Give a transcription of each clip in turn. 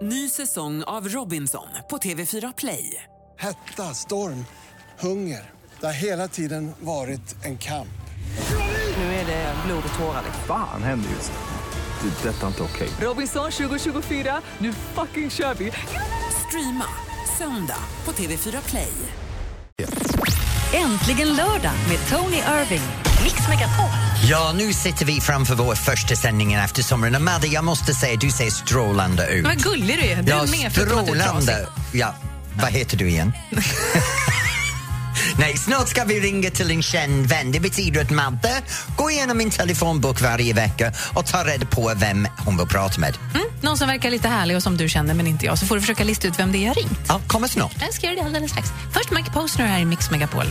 Ny säsong av Robinson på TV4 Play. Hetta, storm, hunger. Det har hela tiden varit en kamp. Nu är det blod och tårar. Fan händer just nu. Det. Detta är inte okej. Robinson 2024, nu fucking kör vi. Streama söndag på TV4 Play. Äntligen lördag med Tony Irving. Mix Megapol. Ja, nu sitter vi framför vår första sändningen efter sommaren. Och Madde, jag måste säga, du ser strålande ut. Vad gullig du är. Du är med för att du är trasig. Ja, vad heter du igen? Nej, snart ska vi ringa till en känd vän. Det betyder att Madde går igenom min telefonbok varje vecka och tar reda på vem hon vill prata med. Någon som verkar lite härlig och som du känner men inte jag. Så får du försöka lista ut vem det är ringt. Ja, kommer snart. Jag ska göra det alldeles strax. Först Mike Posner här i Mix Megapol.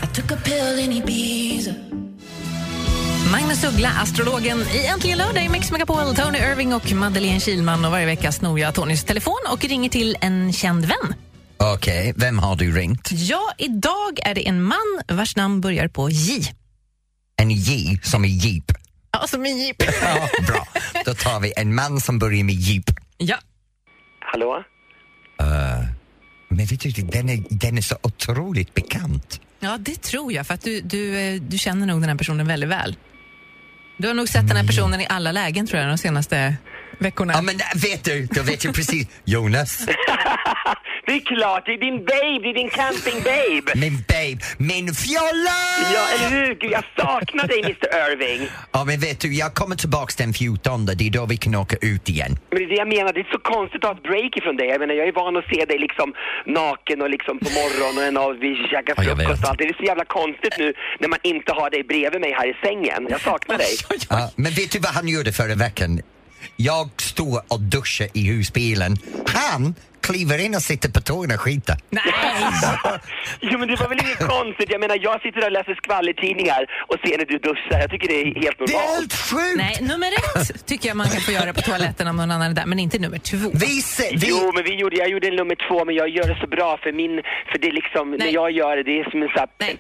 Magnus Uggla, astrologen i Äntligen lördag i Mix Megapol. Tony Irving och Madeleine Kilman. Och varje vecka snor jag Tonys telefon och ringer till en känd vän. Okej, vem har du ringt? Ja, idag är det en man vars namn börjar på J. En J som är Jeep. Ja, som en Jeep. Ja, bra. Då tar vi en man som börjar med Jeep. Ja. Hallå? Men vet du, den är så otroligt bekant. Ja, det tror jag. För att du känner nog den här personen väldigt väl. Du har nog sett den här personen i alla lägen, tror jag, de senaste veckorna. Ja, men vet du, då vet jag precis. Jonas. Det är klart, det är din babe, det är din camping babe. Min babe, min fjolla! Ja, eller hur? Gud, jag saknar dig, Mr. Irving. Ja, men vet du, jag kommer tillbaka den 14:e, det är då vi kan åka ut igen. Men det är det jag menar, det är så konstigt att ha ett break ifrån dig. Jag menar, jag är van att se dig liksom naken och liksom på morgonen och en av vi käkar frukost och allt. Det är så jävla konstigt nu när man inte har dig bredvid mig här i sängen. Jag saknar dig. Ja, men vet du vad han gjorde förra veckan? Jag stod och duschade i husbilen. Han kliver in och sitter på tågen och skiter. Nej! Jo, men det var väl inget konstigt. Jag menar, jag sitter och läser skvallertidningar och ser när du duschar. Jag tycker det är helt normalt. Det är helt sjukt! Nej, nummer 1 tycker jag man kan få göra på toaletten om någon annan är där, men inte nummer 2. Jo, men jag gjorde en nummer 2, men jag gör det så bra för det är liksom, när jag gör det är som en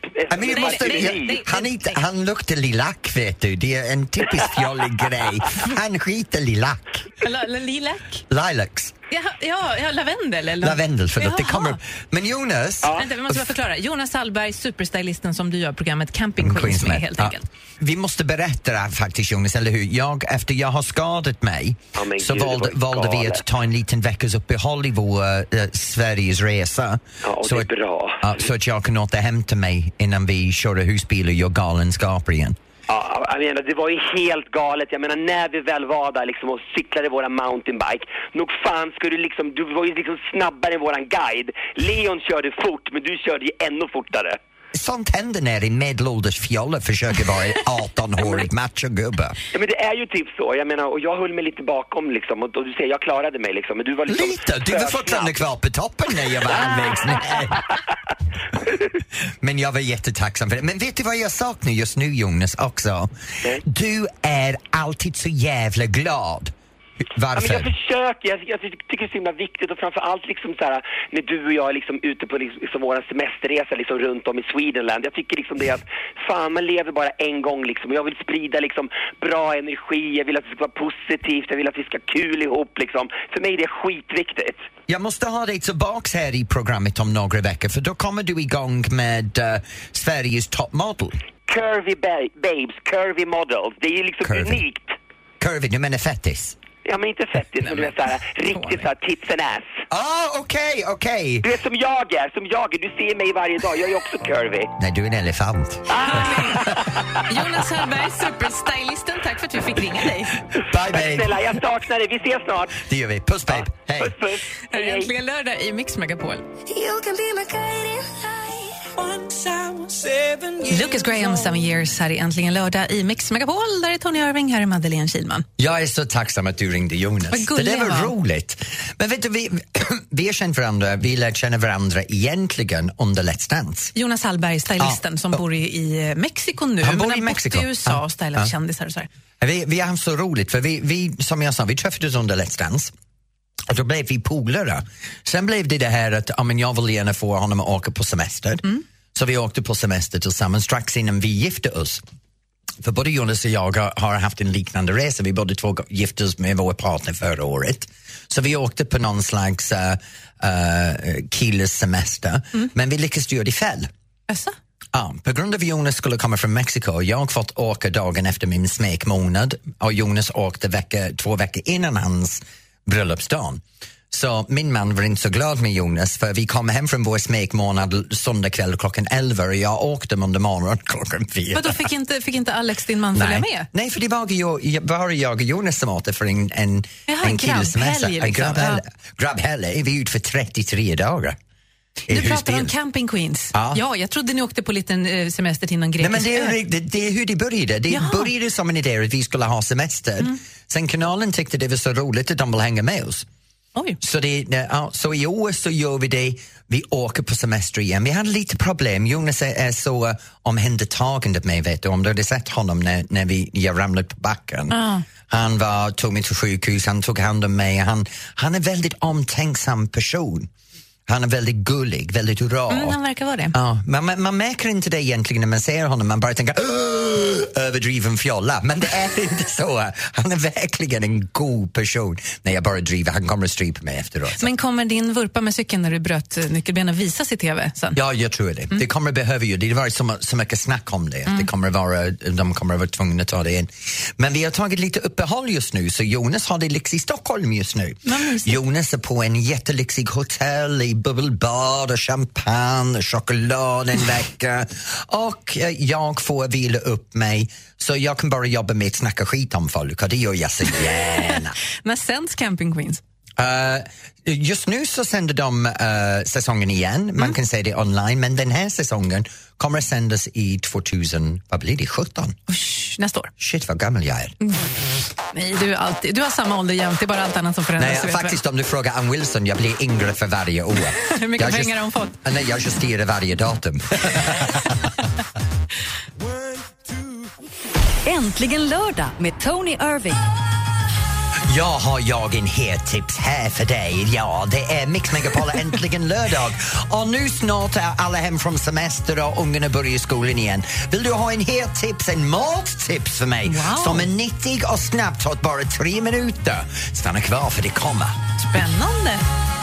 sån här... Han luktar lilack, vet du. Det är en typisk fjollig grej. Han skiter lilack. Lilac? Lilacs. Ja, lavendel eller? Lavendel, förlåt. Det kommer. Men Jonas... Ja. Vänta, vi måste bara förklara. Jonas Hallberg, superstylisten som du gör programmet Camping Queens med, helt enkelt. Vi måste berätta det här faktiskt, Jonas, eller hur? Efter jag har skadat mig så valde vi att ta en liten veckas uppehåll i vår Sveriges resa. Ja, så det är bra. Så att jag kan återhämta mig innan vi kör husbil och gör galenskaper igen. Ja, jag menar, det var ju helt galet. Jag menar, när vi väl var där liksom och cyklade våra mountainbike, nog fan skulle du var ju liksom snabbare än våran guide. Leon körde fort, men du körde ju ännu fortare. Sånt händer när en medelålders fjolla försöker vara 18-årig macho-gubbe. Ja, men det är ju typ så. Jag menar, och jag höll mig lite bakom liksom, och du ser, jag klarade mig liksom, men du var liksom... Lite? Du var fortfarande kvar på toppen när jag var halvvägs ner. Men jag var jättetacksam för det. Men vet du vad jag saknar just nu, Jonas, också? Du är alltid så jävla glad. Varför? Ja, men jag försöker, jag tycker det är så himla viktigt, och framförallt liksom så här, när du och jag är liksom ute på liksom våra semesterresa liksom runt om i Swedenland. Jag tycker liksom det att fan, man lever bara en gång liksom, och jag vill sprida liksom bra energi, jag vill att det ska vara positivt, jag vill att vi ska ha kul ihop liksom. För mig är det skitviktigt. Jag måste ha dig tillbaks här i programmet om några veckor, för då kommer du igång med Sveriges toppmodel. Curvy babes, curvy models. Det är ju liksom unikt. Curvy, du menar fettis? Ja, men inte fettis, men du vet såhär, riktigt såhär tits and ass. Okej. Du vet som jag är, du ser mig varje dag, jag är också curvy. Nej, du är en elefant. Jonas Hallberg, superstylisten, tack för att vi fick ringa dig. Bye, babe. Snälla, jag saknar dig, vi ses snart. Det gör vi, puss babe. Hej. Puss. Här är Äntligen lördag i Mix Megapol. Lucas Graham, 7 years, här är Äntligen lördag i Mix Megapol. Där är Tony Irving, här är Madeleine Kilman. Jag är så tacksam att du ringde, Jonas. Det där var roligt. Men vet du, vi har känt varandra, vi lärde känna varandra egentligen under Let's Dance. Jonas Hallberg, stylisten som bor i Mexiko nu. Han bor i Mexiko. I USA och stylat kändisar och så här. Vi har haft så roligt, för vi, som jag sa, vi träffades under Let's Dance. Och då blev vi polare. Sen blev det här att jag vill gärna få honom att åka på semester. Så vi åkte på semester tillsammans strax innan vi gifte oss. För både Jonas och jag har haft en liknande resa. Vi båda två gifte oss med vår partner förra året. Så vi åkte på någon slags killes semester. Men vi lyckades göra det fel. Alltså? Ja, på grund av Jonas skulle komma från Mexiko. Jag fått åka dagen efter min smekmånad. Och Jonas åkte 2 veckor innan hans bröllopsdag. Så min man var inte så glad med Jonas, för vi kom hem från vår smekmånad söndag kväll klockan 11 och jag åkte under morgonen klockan 4. Men då fick inte Alex, din man, följa med? Nej, för det var bara jag och Jonas som åkte för en killsemester. Liksom. Grabbhelg. Vi är ute för 33 dagar. Du pratar om Camping Queens. Ja, jag trodde ni åkte på liten semester till någon grekisk ö. Men det är hur det började. Det började som en idé att vi skulle ha semester. Sen kanalen tyckte det var så roligt att de vill hänga med oss. Oj. Så i år så gör vi det. Vi åker på semester igen. Vi hade lite problem. Jonas är så omhändertagande med, vet du. Om du hade sett honom när jag ramlade på backen. Han tog mig till sjukhus, han tog hand om mig. Han är en väldigt omtänksam person. Han är väldigt gullig, väldigt rar. Han verkar vara det. Ja, man märker inte det egentligen när man ser honom. Man bara tänker, överdriven fjolla. Men det är inte så. Han är verkligen en god person. Nej, jag bara driver. Han kommer att strypa mig efteråt. Men kommer din vurpa med cykeln när du bröt nyckelbenen visas i TV sen? Ja, jag tror det. Det kommer att behöva ju. Det har varit så mycket snack om det. De kommer att vara tvungna att ta det in. Men vi har tagit lite uppehåll just nu. Så Jonas har det lyx i Stockholm just nu. Jonas är på en jättelyxig hotell i bubbelbad och champagne och choklad en vecka. Och jag får vila upp mig så jag kan bara jobba med att snacka skit om folk, och det gör jag så gärna. När sänds Camping Queens? Just nu så sänder de säsongen igen. Man kan se det online, men den här säsongen kommer att sändas i 2017. Nästa år. Shit, vad gammal jag är. Nej, du har samma ålder jämt. Det är bara allt annat som förändras. Nej, faktiskt om du frågar Ann Wilson, jag blir yngre för varje år. Hur mycket pengar har hon fått? Nej, jag justerar varje datum. Äntligen lördag med Tony Irving. Jag en het tips här för dig. Ja, det är Mix Megapol äntligen lördag. Och nu snart är alla hem från semester och ungarna börjar skolan igen. Vill du ha en het tips, en mattips för mig? Wow. Som är nyttig och snabbt, tar bara 3 minuter. Stanna kvar för det kommer. Spännande.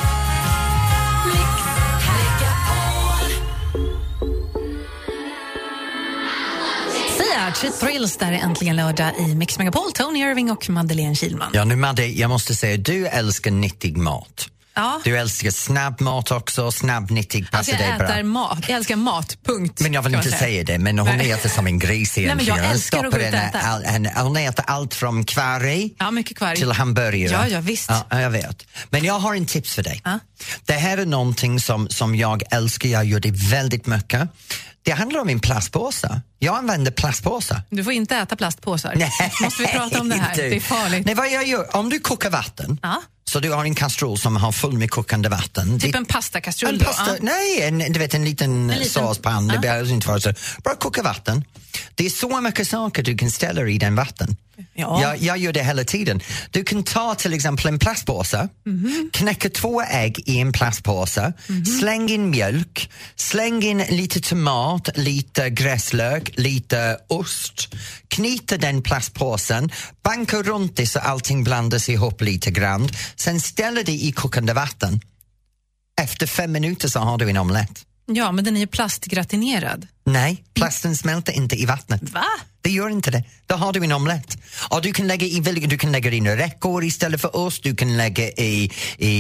Cheap Thrills, där är äntligen lördag i Mix Megapol. Tony Irving och Madeleine Kilman. Ja, nu Madde, jag måste säga, du älskar nyttig mat. Ja. Du älskar snabb mat också, snabb, nyttig, passar dig bra. Jag älskar mat, punkt. Men jag vill inte säga det, men hon äter som en gris egentligen. Nej, men jag älskar att gå ut och äta. Hon äter allt från kvarg till hamburgare. Ja, visst. Ja, jag vet. Men jag har en tips för dig. Det här är någonting som jag älskar, jag gör det väldigt mycket. Det handlar om en plastpåse. Jag använder plastpåsar. Du får inte äta plastpåsar. Nej, måste vi prata om det här? Det är farligt. Nej, vad jag gör, om du kokar vatten, så du har en kastrull som har full med kokande vatten. Typ en pastakastrull Nej, en liten såspann. Det behövs inte vara så. Bara koka vatten. Det är så mycket saker du kan ställa i den vatten. Ja. Jag gör det hela tiden. Du kan ta till exempel en plastpåse, knäcka 2 ägg i en plastpåse, släng in mjölk, släng in lite tomat, lite gräslök, lite ost, knyta den plastpåsen, banka runt det så allting blandas ihop lite grann, sen ställer det i kokande vatten. Efter 5 minuter så har du en omelett. Ja, men den är ju plastgratinerad. Nej, plasten smälter inte i vattnet. Va? Det gör inte det. Då har du en omelett. Och du kan lägga in räkor istället för ost. Du kan lägga i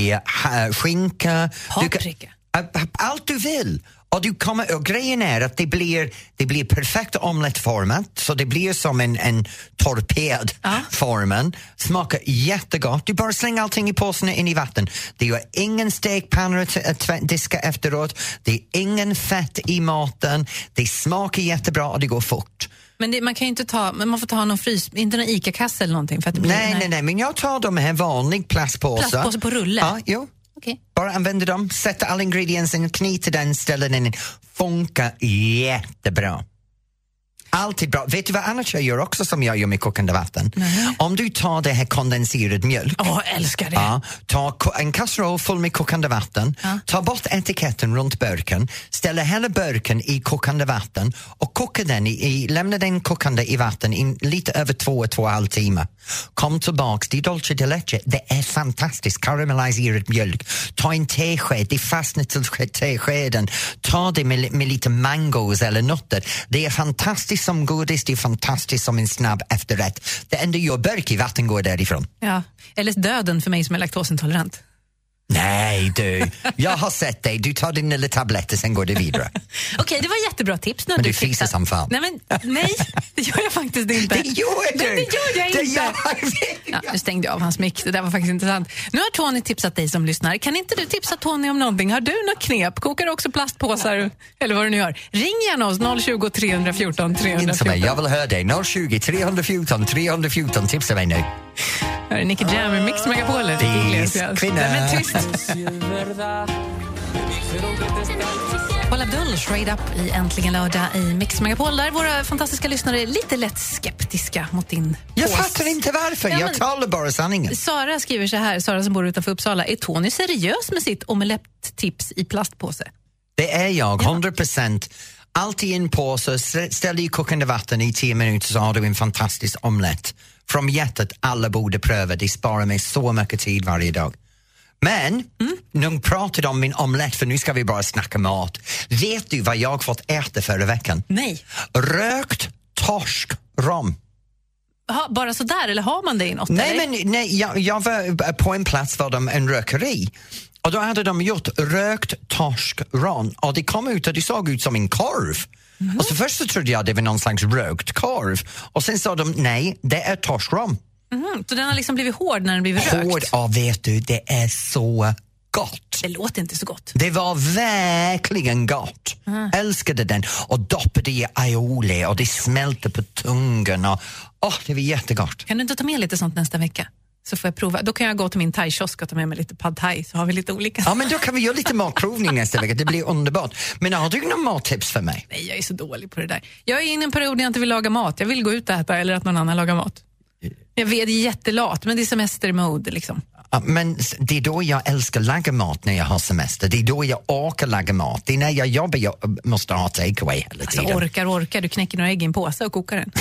skinka. Paprika. Allt du vill. Och grejen är att det blir perfekt omelettformat, så det blir som en torpedformen. Smakar jättegott. Du bara slänger allting i påsen in i vatten. Det är ingen stekpanna att diska efteråt. Det är ingen fett i maten. Det smakar jättebra och det går fort. Men man kan ju inte man får ta någon inte någon ICA-kasse eller någonting för att det blir... Nej, men jag tar de här vanlig plastpåsar. Plastpåse på rulle? Ja, jo. Okay. Bara använder dem, sätter alla ingredienser, knyter den, ställer den in. Funkar jättebra. Alltid bra. Vet du vad annars jag gör också som jag gör med kokande vatten? Om du tar det här kondenserad mjölk. Älskar det. Ja, ta en kastrull full med kokande vatten. Ta bort etiketten runt burken. Ställa hela burken i kokande vatten och koka den lämna den kokande i vatten i lite över 2,5 timmar. Kom tillbaks, det är dolce de leche. Det är fantastiskt. Karamelliserad mjölk. Ta en tesked, det fastnar till teskeden. Ta det med lite mangos eller nötter. Det är fantastiskt som godis, det är fantastiskt som en snabb efterrätt. Det enda gör burk i vatten går därifrån. Ja, eller döden för mig som är laktosintolerant. Nej du, jag har sett dig. Du tar din lilla tabletter, sen går det vidare. Okej, det var jättebra tips. Men du fiser som fan. Nej, det gör jag faktiskt inte. Det gör du! Det gör jag inte. Ja, nu stängde jag av hans mick. Det där var faktiskt intressant. Nu har Tony tipsat dig som lyssnar. Kan inte du tipsa Tony om någonting? Har du något knep? Kokar också plastpåsar eller vad du nu gör? Ring gärna oss 020 314 314. Jag vill höra dig. 020 314 314. Tipsa mig nu. Här är Nicky Jam med Mix Megapol. Kvinna. Paula Abdul, Straight Up i Äntligen lördag i Mix Megapol. Där våra fantastiska lyssnare är lite lätt skeptiska mot din Jag fattar inte varför, jag talar bara sanningen. Sara skriver så här, Sara som bor utanför Uppsala. Är Tony seriös med sitt omelettips i plastpåse? Det är jag, 100%. Alltid in påse, ställ i kokande vatten i 10 minuter så har du en fantastisk omelett. Från hjärtat, alla borde pröva. Det sparar mig så mycket tid varje dag. Men, nu pratade om min omelett för nu ska vi bara snacka mat. Vet du vad jag fått äta förra veckan? Nej. Rökt torskrom. Bara så där eller har man det i något? Nej, jag var på en plats var de en rökeri. Och då hade de gjort rökt torskrom. Och det kom ut och det såg ut som en korv. Och så först så trodde jag det var någon slags rökt korv. Och sen sa de, nej, det är torskrom. Så den har liksom blivit hård när den blivit rökt? Hård, ja vet du, det är så gott. Det låter inte så gott. Det var verkligen gott. Älskade den. Och doppade i aioli och det smälte på tungan. Och, det var jättegott. Kan du inte ta med lite sånt nästa vecka? Så får jag prova. Då kan jag gå till min thai-kiosk och ta med mig lite pad thai så har vi lite olika. Ja, men då kan vi göra lite matprovning nästa vecka. Det blir underbart. Men har du någon mattips för mig? Nej, jag är så dålig på det där. Jag är inne i en period när jag inte vill laga mat. Jag vill gå ut och äta eller att någon annan lagar mat. Jag vet, det är jättelat, men det är semestermode liksom. Ja, men det är då jag älskar laga mat när jag har semester. Det är då jag orkar laga mat. Det är när jag jobbar jag måste ha takeaway hela tiden. Alltså orkar. Du knäcker några ägg i en påse och kokar den.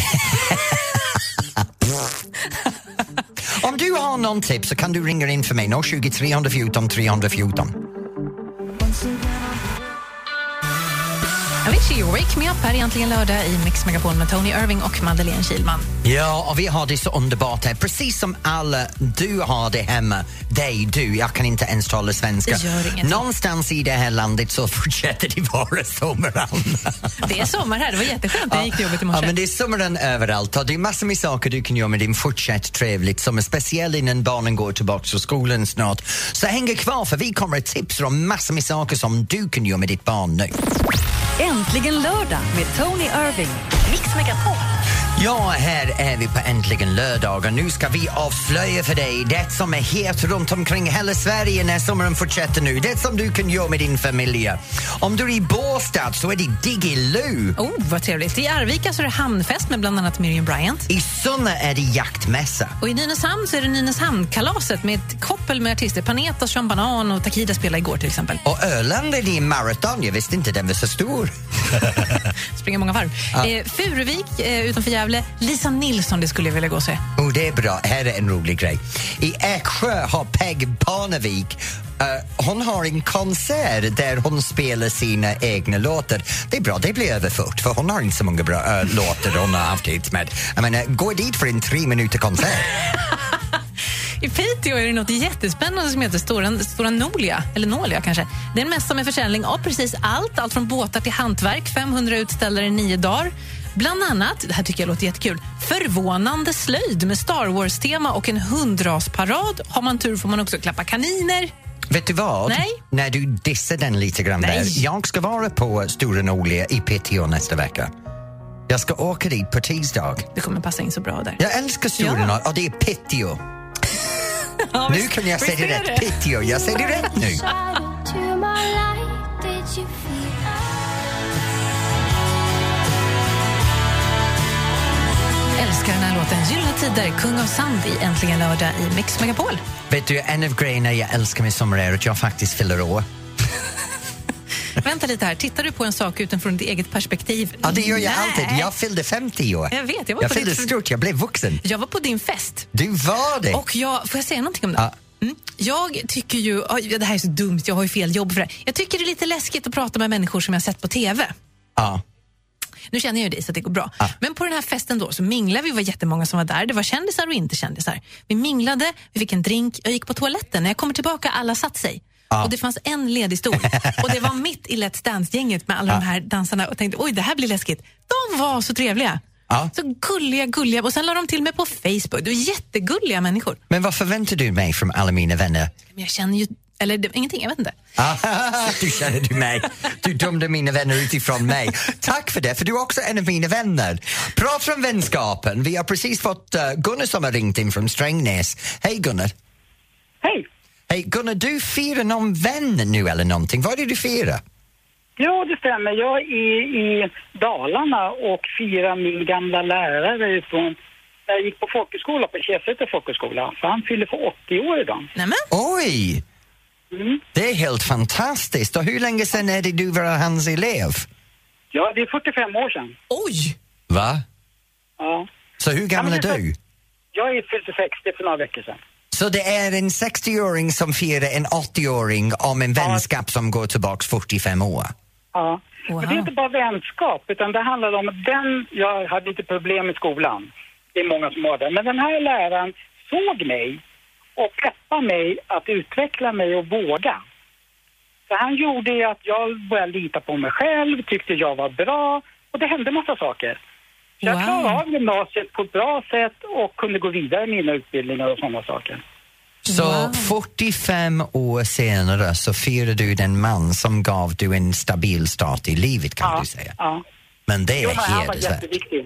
Om du har någon tips så kan du ringa in för mig 020 314 314. Avicii, Wake Me Up här egentligen lördag i Mix Megapol med Tony Irving och Madeleine Kilman. Ja, och vi har det så underbart här. Precis som alla du har det hemma. Jag kan inte ens tala svenska. Det gör inget. Någonstans i det här landet så fortsätter det vara sommaren. Det är sommar här, det var jätteskönt. Jag gick till jobbet i morse. Ja, men det är sommaren överallt och det är massor med saker du kan göra med din fortsatt trevligt som är speciellt innan barnen går tillbaka till skolan snart. Så häng kvar för vi kommer att tipsa om massor med saker som du kan göra med ditt barn nu. Äntligen lördag med Tony Irving. Mix Megapol. Ja, här är vi på Äntligen lördag och nu ska vi avslöja för dig det som är het runt omkring hela Sverige när sommaren fortsätter nu. Det som du kan göra med din familj. Om du är i Båstad så är det Diggiloo. Vad trevligt. I Arvika så är det hamnfest med bland annat Miriam Bryant. I Sunne är det jaktmässa. Och i Nynäshamn så är det Nynäshamn-kalaset med ett koppel med artister. Panetas, Sean Banan och Takida spelade igår till exempel. Och Öland är det maraton. Jag visste inte den var så stor. Springer många varv. Furuvik utanför Gävle. Lisa Nilsson, det skulle jag vilja gå och se. Det är bra. Här är en rolig grej. I Eksjö har Peg Parnevik hon har en konsert där hon spelar sina egna låtar. Det är bra, det blir överfört för hon har inte så många bra låtar hon har haft hit med. Jag menar, gå dit för en 3-minuter konsert. I Piteå är det något jättespännande som heter Stora Nolia, eller Nolia kanske. Det är en mässa med försäljning av precis allt från båtar till hantverk, 500 utställare i 9 dagar. Bland annat, det här tycker jag låter jättekul, förvånande slöjd med Star Wars-tema och en hundrasparad. Har man tur får man också klappa kaniner. Vet du vad? Nej. När du dissar den lite grann där. Jag ska vara på Stora Nolia i Piteå nästa vecka. Jag ska åka dit på tisdag. Det kommer passa in så bra där. Jag älskar Stora Nolia och det är Piteå. Ja, nu kan jag säga det rätt. Piteå, jag säger det rätt nu. Älskar den här låten. Gyllene tider, Kung av Sand i Äntligen lördag i Mix Megapol. Vet du, en av grejerna jag älskar med sommar är att jag faktiskt fyller år. Vänta lite här, tittar du på en sak utifrån ditt eget perspektiv? Ja, det gör jag alltid. Jag fyllde 50 år. Jag vet, jag fyllde stort, jag blev vuxen. Jag var på din fest. Du var det. Och får jag säga någonting om det? Ja. Jag tycker ju, det här är så dumt, jag har ju fel jobb för det. Jag tycker det är lite läskigt att prata med människor som jag sett på TV. Ja. Nu känner jag ju dig så att det går bra. Men på den här festen då så minglade vi, var jättemånga som var där. Det var kändisar och inte kändisar. Vi minglade, vi fick en drink, jag gick på toaletten. När jag kommer tillbaka, alla satt sig. Och det fanns en ledig stol. Och det var mitt i Let's Dance-gänget med alla de här dansarna. Och tänkte, oj, det här blir läskigt. De var så trevliga. Så gulliga. Och sen la de till mig på Facebook. Det var jättegulliga människor. Men vad förväntar du mig från alla mina vänner? Men jag känner ju, eller ingenting, jag vet inte. Du känner du mig. Du dömde mina vänner utifrån mig. Tack för det, för du är också en av mina vänner. Prata om vänskapen. Vi har precis fått Gunnar som har ringt in från Strängnäs. Hej Gunnar. Hej. Hej Gunnar, du firar någon vän nu eller någonting. Vad är det du firar? Ja, det stämmer. Jag är i Dalarna och firar min gamla lärare från... Jag gick på folkhögskola, på Käsäter folkhögskola. Så han fyller för 80 år idag. Nämen. Oj! Det är helt fantastiskt. Och hur länge sedan är det du var hans elev? Ja, det är 45 år sedan. Oj! Va? Ja. Så hur gammal är du? Jag är fyllt 60 för några veckor sedan. Så det är en 60-åring som firar en 80-åring om en vänskap som går tillbaks 45 år? Ja, wow. Men det är inte bara vänskap utan det handlar om jag hade lite problem i skolan. Det är många som har det. Men den här läraren såg mig och peppade mig att utveckla mig och våga. Så han gjorde att jag började lita på mig själv, tyckte jag var bra och det hände massa saker. Så jag klarade av gymnasiet på ett bra sätt och kunde gå vidare i mina utbildningar och sådana saker. Så 45 år senare så firar du den man som gav du en stabil start i livet kan du säga. Ja. Men det är hedersvärt.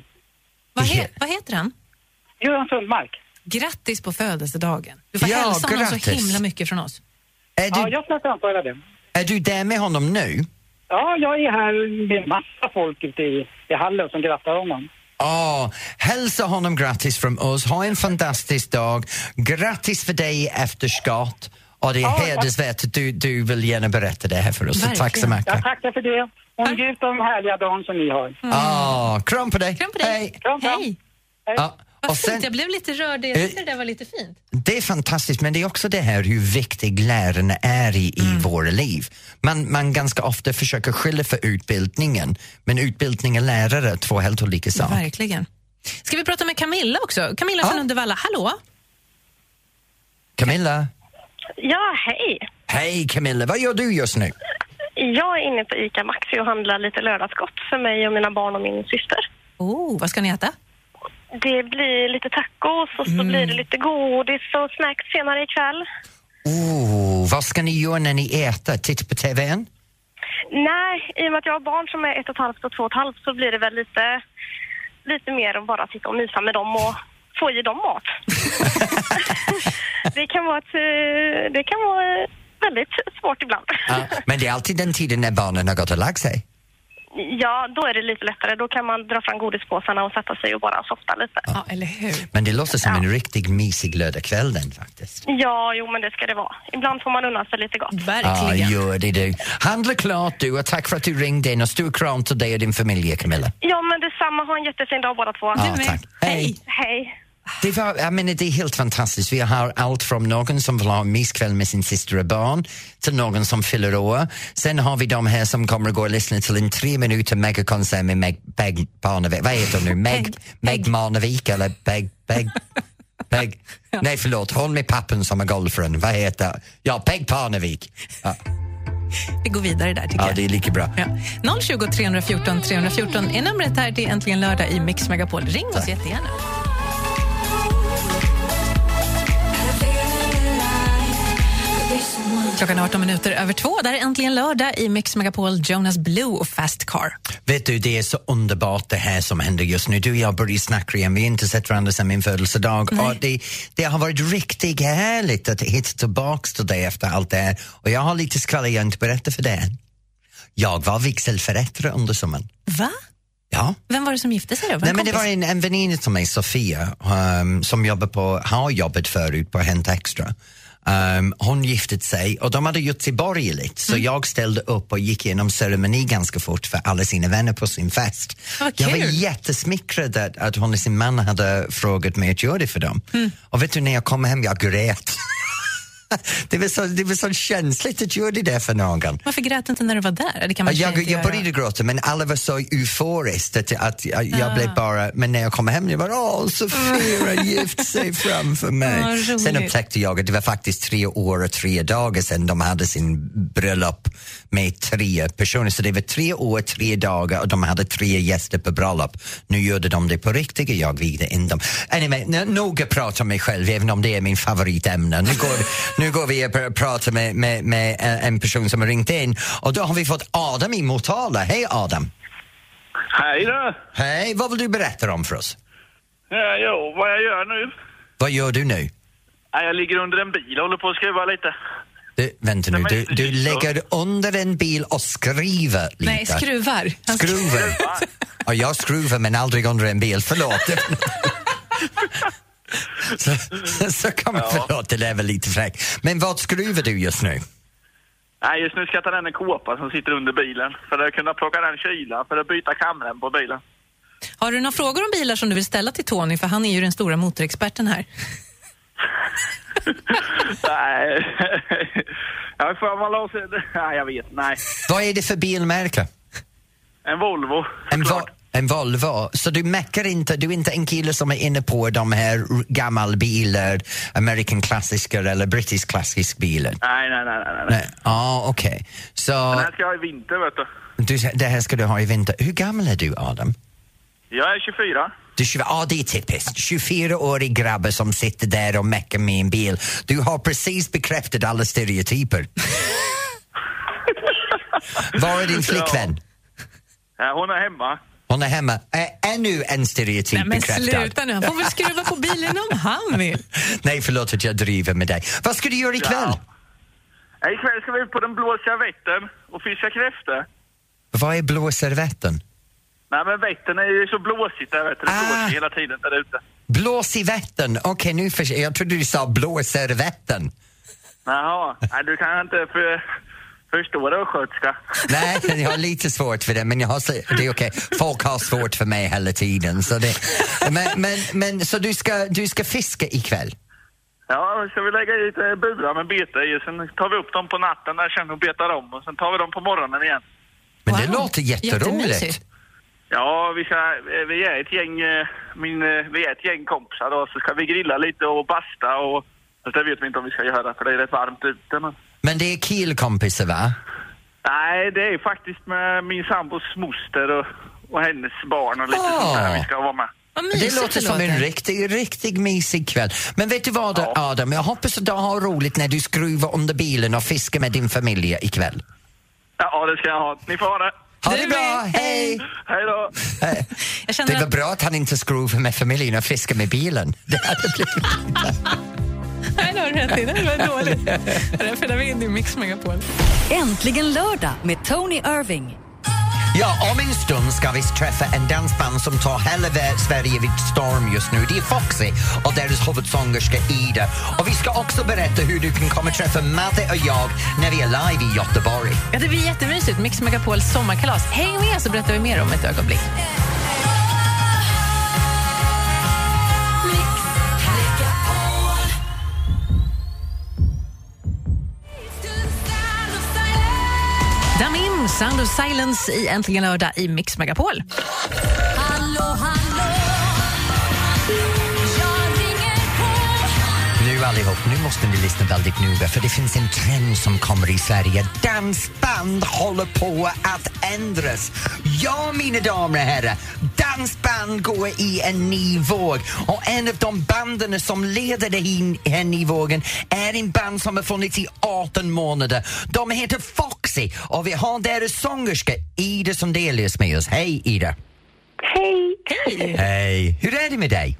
Vad heter han? Göran Sundmark. Grattis på födelsedagen. Du får hälsa honom så himla mycket från oss. Ja, jag ska framföra det. Är du där med honom nu? Ja, jag är här med massa folk ute i hallen som grattar honom. Hälsa honom grattis från oss. Ha en fantastisk dag. Grattis för dig efter skott. Och det är hedersvärt att du vill gärna berätta det här för oss. Så tack så mycket. Jag tackar för det. Och njut av de härliga dagen som ni har. Kram på dig. Kram på dig. Hej. Hej. Ja. Vad fint, jag blev lite rörd. Jag tyckte det var lite fint. Det är fantastiskt, men det är också det här hur viktig lärarna är i våra liv. Man ganska ofta försöker skylla för utbildningen, men utbildning och lärare är två helt olika saker. Verkligen. Ska vi prata med Camilla också? Camilla från Uddevalla, hallå? Camilla? Ja, hej. Hej Camilla, vad gör du just nu? Jag är inne på ICA Maxi och handlar lite lördagsgott för mig och mina barn och min syster. Vad ska ni äta? Det blir lite tacos och så blir det lite godis och snacks senare ikväll. Vad ska ni göra när ni äter? Titta på TV:n? Nej, i och med att jag har barn som är 1,5 och 2,5 så blir det väl lite mer att bara sitta och mysa med dem och få i dem mat. Det kan vara väldigt svårt ibland. Men det är alltid den tiden när barnen har gått och lagt sig. Ja, då är det lite lättare. Då kan man dra fram godispåsarna och sätta sig och bara softa lite. Ja, eller hur? Men det låter som en riktigt mysig lördagkväll den faktiskt. Ja, jo men det ska det vara. Ibland får man unna sig lite gott. Verkligen. Gör det du. Handla klart du och tack för att du ringde in och stor kram till dig och din familj, Camilla. Ja, men detsamma. Ha en jättefin dag båda två. Tack. Hej. Hej. Det är helt fantastiskt. Vi har allt från någon som vill ha en myskväll med sin syster och barn till någon som fyller år. Sen har vi de här som kommer att gå och lyssna till en 3 minuter megakonsert med Meg Parnevik. Vad heter hon nu? Meg Marnevik eller Peg? Nej, förlåt. Hon med pappen som är golfaren. Vad heter? Ja, Peg Parnevik. Ja. Vi går vidare där tycker jag. Ja, det är lika bra. Ja. 020 314 314 är numret här till Äntligen lördag i Mix Megapol. Ring oss jättegärna. Klockan 18 minuter över 2. Där är Äntligen lördag i Mix Megapol, Jonas Blue och Fast Car. Vet du, det är så underbart det här som händer just nu. Du och jag börjar snacka igen. Vi har inte sett varandra sedan min födelsedag. Och det har varit riktigt härligt att hitta tillbaka till dig efter allt det här. Och jag har lite skvaller jag inte berättat för dig. Jag var vigselförrättare under sommaren. Va? Ja. Vem var det som gifte sig då? Nej, men det var en väninna till mig, Sofia, som har jobbat förut på Hänt Extra. Hon gifte sig och de hade gjort sig borgerligt, så jag ställde upp och gick igenom ceremoni ganska fort för alla sina vänner på sin fest. Jag var jättesmickrad att hon och sin man hade frågat mig att göra det för dem. Och vet du, när jag kom hem, jag grät. Det var så känsligt att göra det där för någon. Varför grät du inte när du var där? Det kan man jag började gråta, men alla var så euforiskt att jag blev bara... Men när jag kom hem, jag var Sofia gift sig framför mig. Sen upptäckte jag att det var faktiskt 3 år och 3 dagar sedan de hade sin bröllop med 3 personer. Så det var 3 år, 3 dagar och de hade 3 gäster på bröllop. Nu gjorde de det på riktigt, jag vigde in dem. Anyway, nog prata om mig själv, även om det är min favoritämne. Nu går vi och pratar med en person som har ringt in. Och då har vi fått Adam i Motala. Hej Adam. Hej då. Hej, vad vill du berätta om för oss? Ja, vad jag gör nu. Vad gör du nu? Jag ligger under en bil och håller på att skruva lite. Vänta nu, du lägger under en bil och skriver lite. Nej, skruvar. Skruvar. Ja, jag skruvar men aldrig under en bil, förlåt. Så kan man förlåt, det är väl lite fräck. Men vad skruvar du just nu? Nej, just nu ska jag ta den en kåpa som sitter under bilen för att kunna plocka den kyla, för att byta kameran på bilen. Har du några frågor om bilar som du vill ställa till Tony? För han är ju den stora motorexperten här. Nej. Nej, jag vet, nej. Vad är det för bilmärke? En Volvo. En Volvo. Så du mäcker inte, du är inte en kille som är inne på de här gamla bilar, American klassiska eller British klassisk bilar? Nej. Okej. Så den här ska jag ha i vinter, vet du. Det här ska du ha i vinter. Hur gammal är du, Adam? Jag är 24. Det är typiskt. 24-årig grabbe som sitter där och mäcker med en bil. Du har precis bekräftat alla stereotyper. Var är din flickvän? Ja, hon är hemma. Hon är hemma. Ännu en stereotyp bekräftad. Men sluta nu, han får väl skruva på bilen om han vill. Nej, förlåt att jag driver med dig. Vad ska du göra ikväll? Ja. Ikväll ska vi ut på den blå servetten och fiska kräftor. Vad är blå servetten? Nej, men Vättern är ju så blåsigt där, vet du. Det blåser hela tiden där ute. Blås i Vättern? Okej, nu jag trodde du sa blå servetten. Jaha, nej, du kan inte förstå det, skötska. Nej, jag har lite svårt för det, men det är okej. Folk har svårt för mig hela tiden. Så men så du ska fiska ikväll? Ja, så vi lägger lite burar med bete i. Sen tar vi upp dem på natten där sen och betar om. Och sen tar vi dem på morgonen igen. Men det låter jätteroligt. Ja, vi är ett gäng kompisar då, så ska vi grilla lite och basta och det vet vi inte om vi ska göra för det är rätt varmt ute. Men det är killkompisar, va? Nej, det är faktiskt med min sambos moster och hennes barn och lite sånt där vi ska vara med. Det låter som en riktig mysig kväll. Men vet du vad, Adam? Jag hoppas att du har roligt när du skruvar under bilen och fiskar med din familj ikväll. Ja, det ska jag ha. Ni får ha det. Ha det bra, hej! Hej då! Det var bra att han inte skruvar med familjen och fiskar med bilen. Det hade blivit... Nej, det var rätt i. Det var dåligt. Därför är vi in i Mix Megapol. Äntligen lördag med Tony Irving. Ja, om en stund ska vi träffa en dansband som tar hela Sverige vid storm just nu. Det är Foxy och deras huvudsångerska Ida. Och vi ska också berätta hur du kan komma träffa Madde och jag när vi är live i Göteborg. Ja, det blir jättemysigt. Mix Megapols sommarkalas. Häng med så berättar vi mer om ett ögonblick. Damin, Sound of Silence i Äntligen lördag i Mix Megapol. Hallå, hallå, jag ringer på. Nu allihop, nu måste ni lyssna väldigt noga för det finns en trend som kommer i Sverige. Dansband håller på att ändras. Ja, mina damer och herrar, dansband går i en ny våg. Och en av de banden som leder den här ny vågen är en band som har funnits i 18 månader. De heter Foxy och vi har deras sångerska Ida som delas med oss. Hej Ida! Hej! Hej! Hur är det med dig?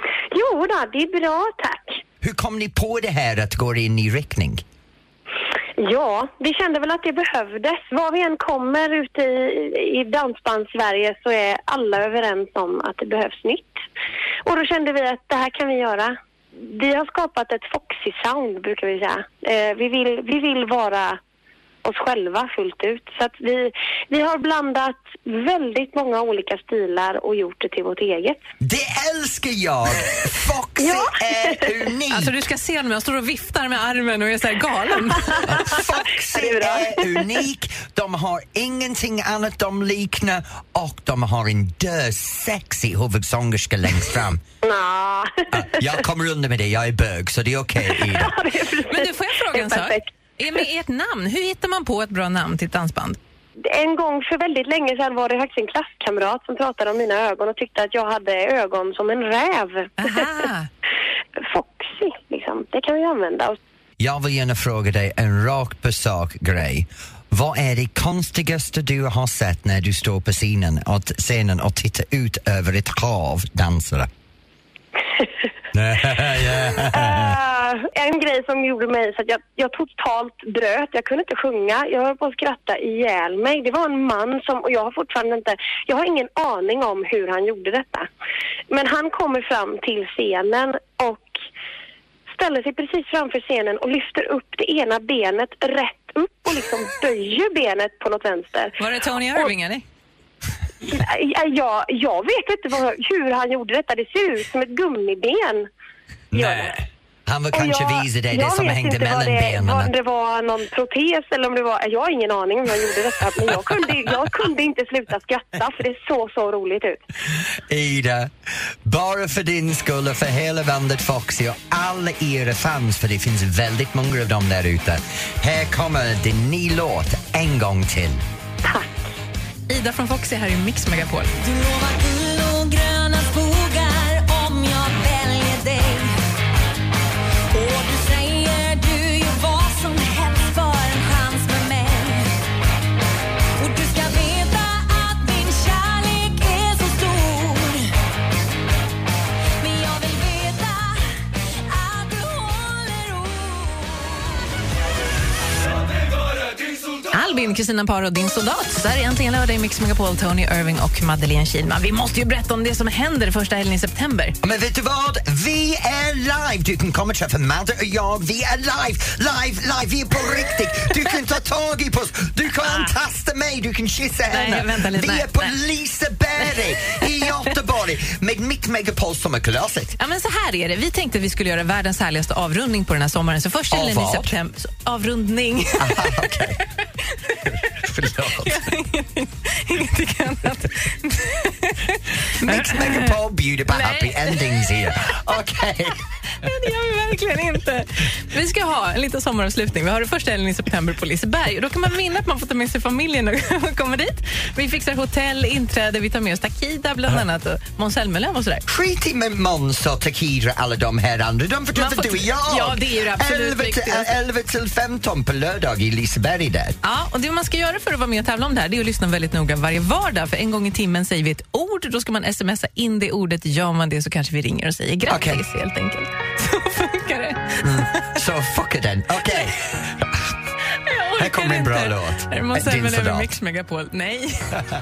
Jo då, det är bra, tack. Hur kom ni på det här att gå in i riktning? Ja, vi kände väl att det behövdes. Var vi än kommer ute i dansband-Sverige så är alla överens om att det behövs nytt. Och då kände vi att det här kan vi göra. Vi har skapat ett Foxy sound, brukar vi säga. Vi vill vara oss själva fullt ut. Så att vi har blandat väldigt många olika stilar och gjort det till vårt eget. Det älskar jag! Foxy är unik! Alltså du ska se mig, jag står och viftar med armen och är så här galen. Foxy är unik, de har ingenting annat de liknar och de har en sexy huvudsångerska längst fram. Jag kommer under med det, jag är bög så det är okej, Ida. Men du, får jag fråga en sak? Med ert namn, hur hittar man på ett bra namn till ett dansband? En gång för väldigt länge sedan var det faktiskt en klasskamrat som pratade om mina ögon och tyckte att jag hade ögon som en räv. Foxy, liksom. Det kan vi använda. Jag vill gärna fråga dig en rakt på sak grej. Vad är det konstigaste du har sett när du står på scenen och tittar ut över ett hav dansare? En grej som gjorde mig så att jag totalt bröt. Jag kunde inte sjunga. Jag höll på att skratta ihjäl mig. Det var en man som, och jag har ingen aning om hur han gjorde detta. Men han kommer fram till scenen och ställer sig precis framför scenen och lyfter upp det ena benet rätt upp och liksom böjer benet på något vänster. Var det Tony Irving eller? Jag vet inte hur han gjorde detta. Det ser ut som ett gummiben. Nej. Han var kanske visa dig det som hängde mellan benen. Om det var någon protes eller om det var... Jag har ingen aning om hur han gjorde detta. Men jag kunde inte sluta skratta för det så roligt ut. Ida, bara för din skull och för hela bandet Foxy och alla era fans, för det finns väldigt många av dem där ute. Här kommer din ny låt en gång till. Tack. Ida från Foxy här i Mix Megapol. Du lovar guld och gröna skogar om jag väljer dig. Och du säger du gör vad som helst för en chans med mig. Och du ska veta att min kärlek är så stor. Men jag vill veta att du håller ord. Albin, Kristina Par och din soldat. Där är äntligen lördag i Mix Megapol, Tony Irving och Madeleine Kihlman. Vi måste ju berätta om det som händer första helgen i september. Men vet du vad? Vi är live! Du kan komma och träffa Madde och jag. Vi är live! Vi är på riktigt! Du kan ta tag i oss. Du kan tasta mig. Du kan kyssa henne. Vänta lite. Vi är på Liseberg i Göteborg med Mix Megapol sommarkalaset. Ja, men så här är det. Vi tänkte att vi skulle göra världens härligaste avrundning på den här sommaren. Så första helgen i september... Avrundning. Aha, okej. Förlåt. Ingenting annat. Mix Megapol bjuder på happy endings här. Okej. Det gör vi verkligen inte. Vi ska ha en liten sommaravslutning. Vi har det första helgen i september på Liseberg. Och då kan man vinna att man får ta med sig familjen och komma dit. Vi fixar hotell, inträde, vi tar med oss Takida bland annat och Måns Zelmerlöw och sådär. Skit i med Måns och Takida alla de här andra. De får träffa du och jag. Ja, det är ju absolut viktigt. 11 till 15 på lördag i Liseberg där. Ja, och det man ska göra för att vara med och tävla om det här, det är att lyssna väldigt noga varje vardag. För en gång i timmen säger vi ett ord. Då ska man smsa in det ordet. Gör man det så kanske vi ringer och säger grattis helt enkelt. Så funkar det. Så fucka den. Okej. Här kommer en bra låt. Här måste jag väl över Mix Megapol. Nej.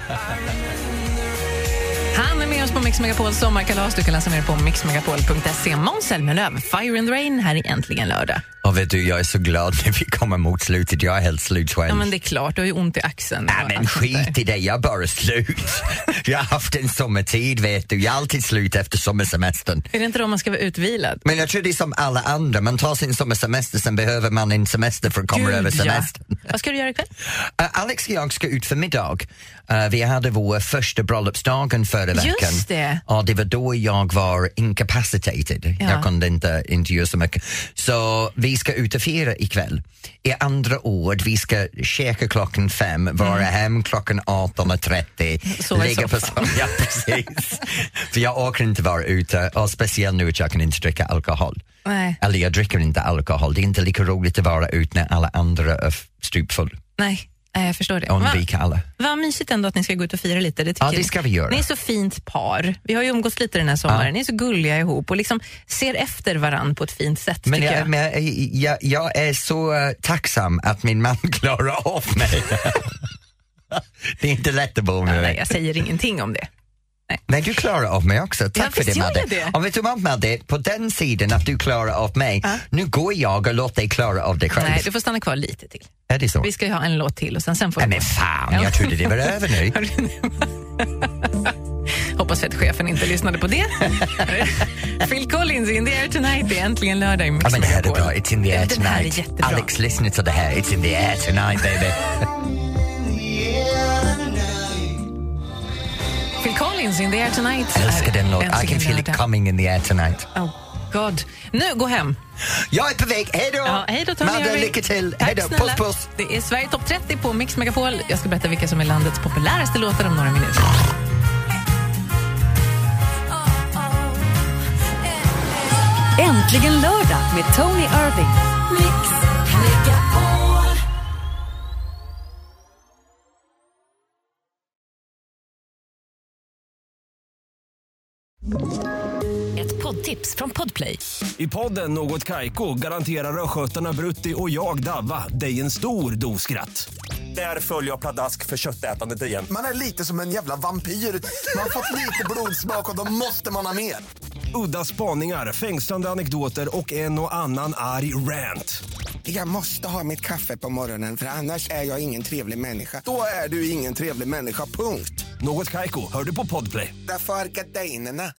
Han är med oss på Mix Megapols sommarkalas. Du kan läsa mer på mixmegapol.se. Måns Zelmerlöw, Fire and Rain, här är äntligen lördag. Och vet du, jag är så glad när vi kommer mot slutet. Jag är helt slut själv. Ja, men det är klart, du har ju ont i axeln. Nej, men skit i det, jag är bara slut. Jag har haft en sommartid, vet du. Jag är alltid slut efter sommarsemestern. Är det inte då man ska vara utvilad? Men jag tror det är som alla andra. Man tar sin sommarsemester, sen behöver man en semester för att komma över semestern. Ja. Vad ska du göra ikväll? Alex och jag ska ut för middag. Vi hade vår första bröllopsdagen förra veckan. Just det. Och det var då jag var incapacitated. Ja. Jag kunde inte göra så mycket. Så vi ska ut och fira ikväll. I andra ord, vi ska käka 5:00, vara hem 18:30. Ligga på ja, precis. För jag orkar inte vara ute, och speciellt nu att jag kan inte dricka alkohol. Nej. Eller jag dricker inte alkohol. Det är inte lika roligt att vara ute när alla andra är stupfull. Nej. Jag förstår det. Undvika alla. Vad mysigt ändå att ni ska gå ut och fira lite. Det ska vi göra. Ni är så fint par. Vi har ju umgås lite den här sommaren. Ni är så gulliga ihop och liksom ser efter varann på ett fint sätt. Men jag är så tacksam att min man klarar av mig. Det är inte lätt att bo med. Nej, jag säger ingenting om det. Nej, du klarar av mig också. Tack för det, Madde. Om vi tog med Madde, på den sidan att du klarar av mig, nu går jag och låter dig klara av dig själv. Nej, du får stanna kvar lite till. Är det så? Vi ska ju ha en låt till och sen får men fan, jag trodde det var över nu. Hoppas att chefen inte lyssnade på det. Phil Collins, In the Air Tonight, det är äntligen lördag i Mix men det här är bra, It's in the air tonight. Här är jättebra. Alex, lyssna till det här, It's in the air tonight, baby. Phil Collins, In the Air Tonight. Jag älskar den låten. I can feel it coming in the air tonight. Oh God. Nu, gå hem. Jag är på väg. Hej då! Ja, hej då, Tony. Madde, lycka till. Tack, hej då. snälla. Puss. Det är Sverige Topp 30 på Mix Megapol. Jag ska berätta vilka som är landets populäraste låtar om några minuter. Äntligen lördag med Tony Irving. Mix Megapol. Ett poddtips från Podplay. I podden Något Kaiko garanterar röskötarna Brutti och jag Davva dig en stor doskratt. Där följer jag pladask för köttätandet igen. Man är lite som en jävla vampyr. Man har fått lite blodsmak och då måste man ha mer. Udda spaningar, fängslande anekdoter och en och annan arg rant. Jag måste ha mitt kaffe på morgonen för annars är jag ingen trevlig människa. Då är du ingen trevlig människa, punkt. Något Kaiko, hör du på Podplay. Därför är gardinerna.